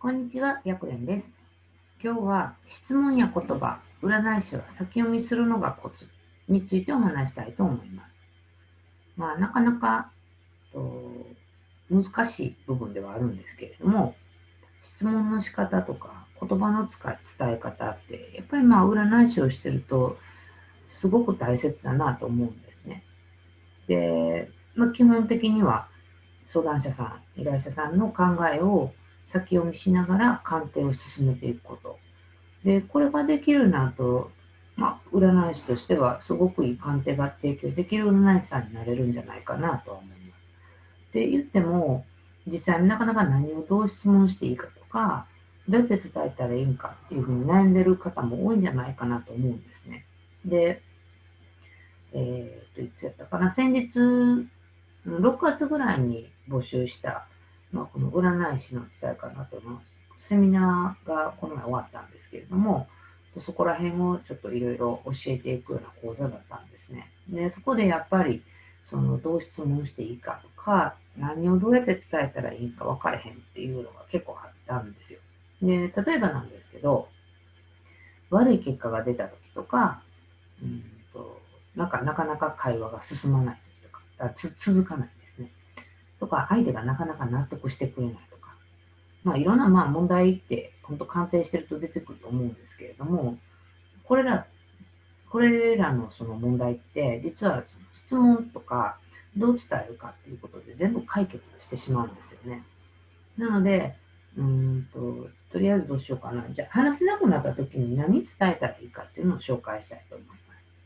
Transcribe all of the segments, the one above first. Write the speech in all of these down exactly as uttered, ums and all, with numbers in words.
こんにちは、やくれんです。今日は質問や言葉、占い師は先読みするのがコツについてお話したいと思います。まあ、なかなかと難しい部分ではあるんですけれども、質問の仕方とか言葉の使い伝え方って、やっぱりまあ占い師をしてるとすごく大切だなと思うんですね。で、まあ、基本的には相談者さん、依頼者さんの考えを先読みしながら鑑定を進めていくこと。で、これができるようになると、まあ、占い師としてはすごくいい鑑定が提供できる占い師さんになれるんじゃないかなとは思います。で、言っても、実際になかなか何をどう質問していいかとか、どうやって伝えたらいいんかっていうふうに悩んでる方も多いんじゃないかなと思うんですね。で、えーと、いつやったかな、先日、ろくがつぐらいに募集した、まあ、この占い師の伝え方とのセミナーがこの前終わったんですけれども、そこら辺をちょっといろいろ教えていくような講座だったんですね。で、そこでやっぱり、そのどう質問していいかとか、何をどうやって伝えたらいいか分かれへんっていうのが結構あったんですよ。で、例えばなんですけど、悪い結果が出た時とか、うんとなんかなかなか会話が進まない時とか、あつ続かないですね。とか、相手がなかなか納得してくれないとか、まあいろんなまあ問題って本当鑑定してると出てくると思うんですけれども、これら、これらのその問題って実はその質問とかどう伝えるかっていうことで全部解決してしまうんですよね。なので、うーんと、とりあえずどうしようかな。じゃあ話せなくなった時に何伝えたらいいかっていうのを紹介したいと思います。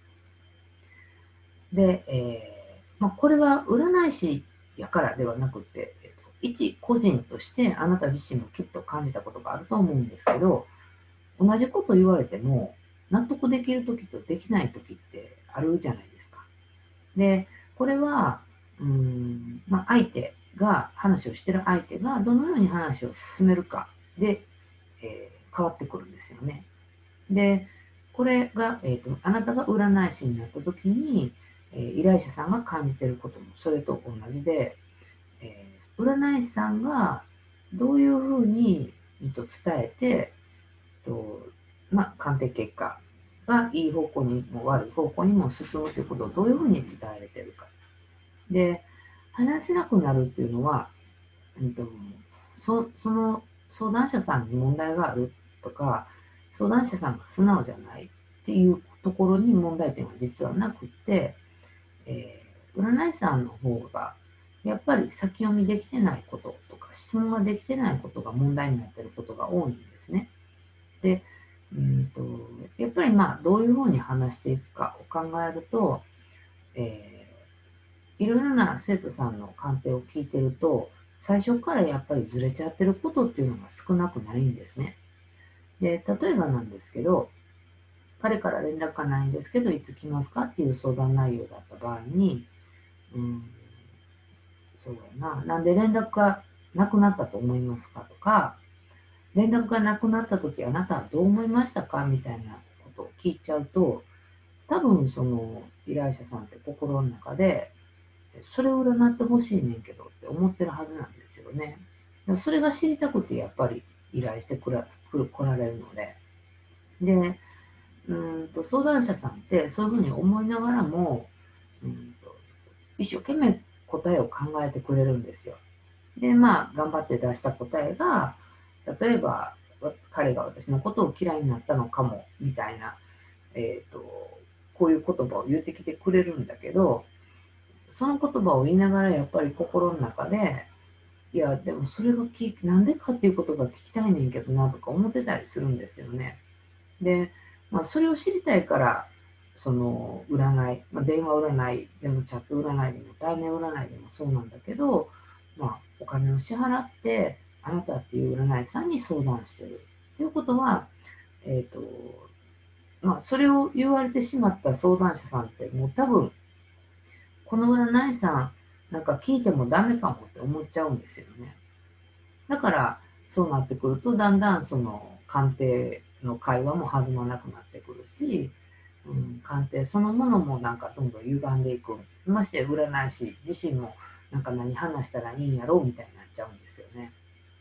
で、えーまあ、これは占い師やからではなくて、えっと、一個人としてあなた自身もきっと感じたことがあると思うんですけど、同じこと言われても納得できる時とできない時ってあるじゃないですか。で、これは、うーん、まあ、相手が、話をしてる相手がどのように話を進めるかで、えー変わってくるんですよね。で、これが、えっと、あなたが占い師になった時に、えー依頼者さんが感じていることもそれと同じで、えー占い師さんがどういうふうに、うんと、伝えて、とまあ、鑑定結果がいい方向にも悪い方向にも進むということをどういうふうに伝えられているか。で、話せなくなるっていうのは、うんと、そその相談者さんに問題があるとか、相談者さんが素直じゃないっていうところに問題点は実はなくって、えー占い師さんの方が、やっぱり先読みできてないこととか、質問ができてないことが問題になっていることが多いんですね。で、うんと、やっぱりまあ、どういうふうに話していくかを考えると、えーいろいろな生徒さんの鑑定を聞いてると、最初からやっぱりずれちゃってることっていうのが少なくないんですね。で、例えばなんですけど、彼から連絡がないんですけど、いつ来ますかっていう相談内容だった場合に、うん、そうやな、なんで連絡がなくなったと思いますかとか、連絡がなくなった時あなたはどう思いましたかみたいなことを聞いちゃうと、多分その依頼者さんって心の中で、それを占ってほしいねんけどって思ってるはずなんですよね。それが知りたくてやっぱり依頼してくらくる来られるので。で、うんと相談者さんってそういうふうに思いながらも、うんと一生懸命答えを考えてくれるんですよ。で、まあ、頑張って出した答えが、例えば、彼が私のことを嫌いになったのかも、みたいな、えっと、こういう言葉を言ってきてくれるんだけど、その言葉を言いながらやっぱり心の中で、いや、でもそれがき、なんでかっていうことが聞きたいねんけどなとか思ってたりするんですよね。で、まあ、それを知りたいから、その占い、まあ、電話占いでもチャット占いでも対面占いでもそうなんだけど、まあ、お金を支払って、あなたっていう占い師さんに相談してる。ということは、えっと、まあ、それを言われてしまった相談者さんってもう多分この占い師さん、なんか聞いてもダメかもって思っちゃうんですよね。だから、そうなってくると、だんだんその鑑定の会話も弾まなくなってくるし、うん、鑑定そのものもなんかどんどん歪んでいく。まして占い師自身もなんか何話したらいいんやろうみたいになっちゃうんですよね。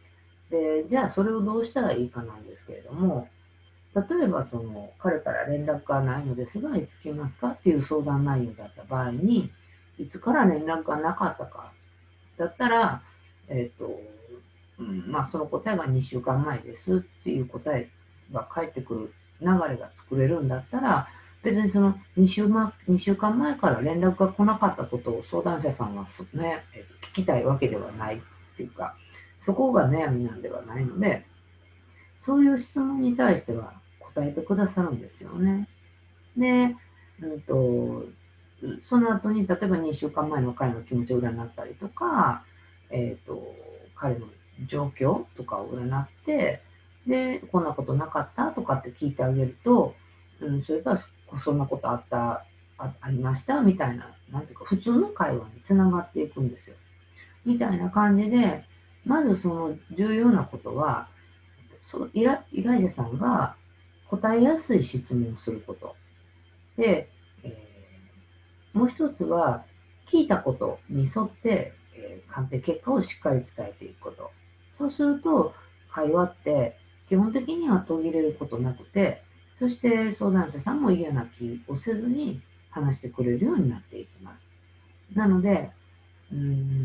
で、じゃあそれをどうしたらいいかなんですけれども、例えばその彼から連絡がないのですが、いつ来ますかっていう相談内容だった場合に、いつから連絡がなかったかだったら、えっ、と、うん、まあその答えがにしゅうかんまえですっていう答えが返ってくる流れが作れるんだったら、別にその2週ま、にしゅうかんまえから連絡が来なかったことを相談者さんはそ、ね、えっと聞きたいわけではないっていうか、そこが悩みなんではないので、そういう質問に対しては答えてくださるんですよね。で、うんと、その後に、例えばにしゅうかんまえの彼の気持ちを占ったりとか、えっと、彼の状況とかを占って、で、こんなことなかったとかって聞いてあげると、うん、それからそそんなことあった、あありましたみたいな、なんていうか、普通の会話につながっていくんですよ。みたいな感じで、まずその重要なことは、そう依頼依頼者さんが答えやすい質問をすること。で、えーもう一つは、聞いたことに沿って、えー鑑定結果をしっかり伝えていくこと。そうすると、会話って基本的には途切れることなくて、そして相談者さんも嫌な気をせずに話してくれるようになっていきます。なので、うん、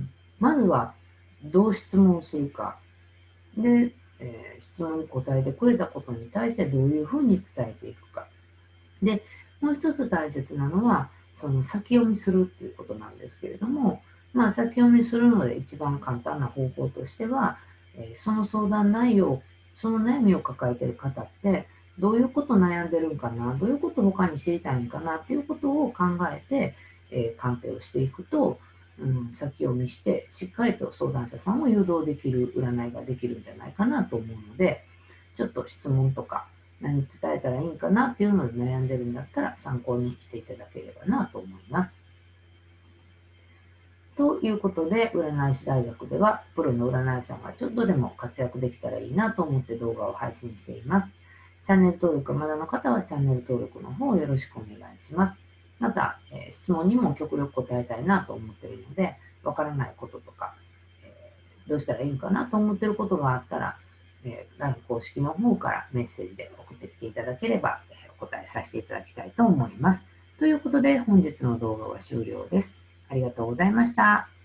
まずはどう質問するか。で、えー質問に答えてくれたことに対してどういうふうに伝えていくか。で、もう一つ大切なのは、その先読みするっていうことなんですけれども、まあ、先読みするので一番簡単な方法としては、えーその相談内容、その悩みを抱えている方って、どういうこと悩んでるんかな、どういうことを他に知りたいんかなっていうことを考えて、えー鑑定をしていくと、うん、先読みして、しっかりと相談者さんを誘導できる占いができるんじゃないかなと思うので、ちょっと質問とか、何伝えたらいいんかなっていうので悩んでるんだったら参考にしていただければなと思います。ということで、占い師大学では、プロの占い師さんがちょっとでも活躍できたらいいなと思って動画を配信しています。チャンネル登録まだの方はチャンネル登録の方をよろしくお願いします。また、えー質問にも極力答えたいなと思っているので、わからないこととか、えーどうしたらいいかなと思っていることがあったら、えー、ライン 公式の方からメッセージで送ってきていただければ、えーお答えさせていただきたいと思います。ということで、本日の動画は終了です。ありがとうございました。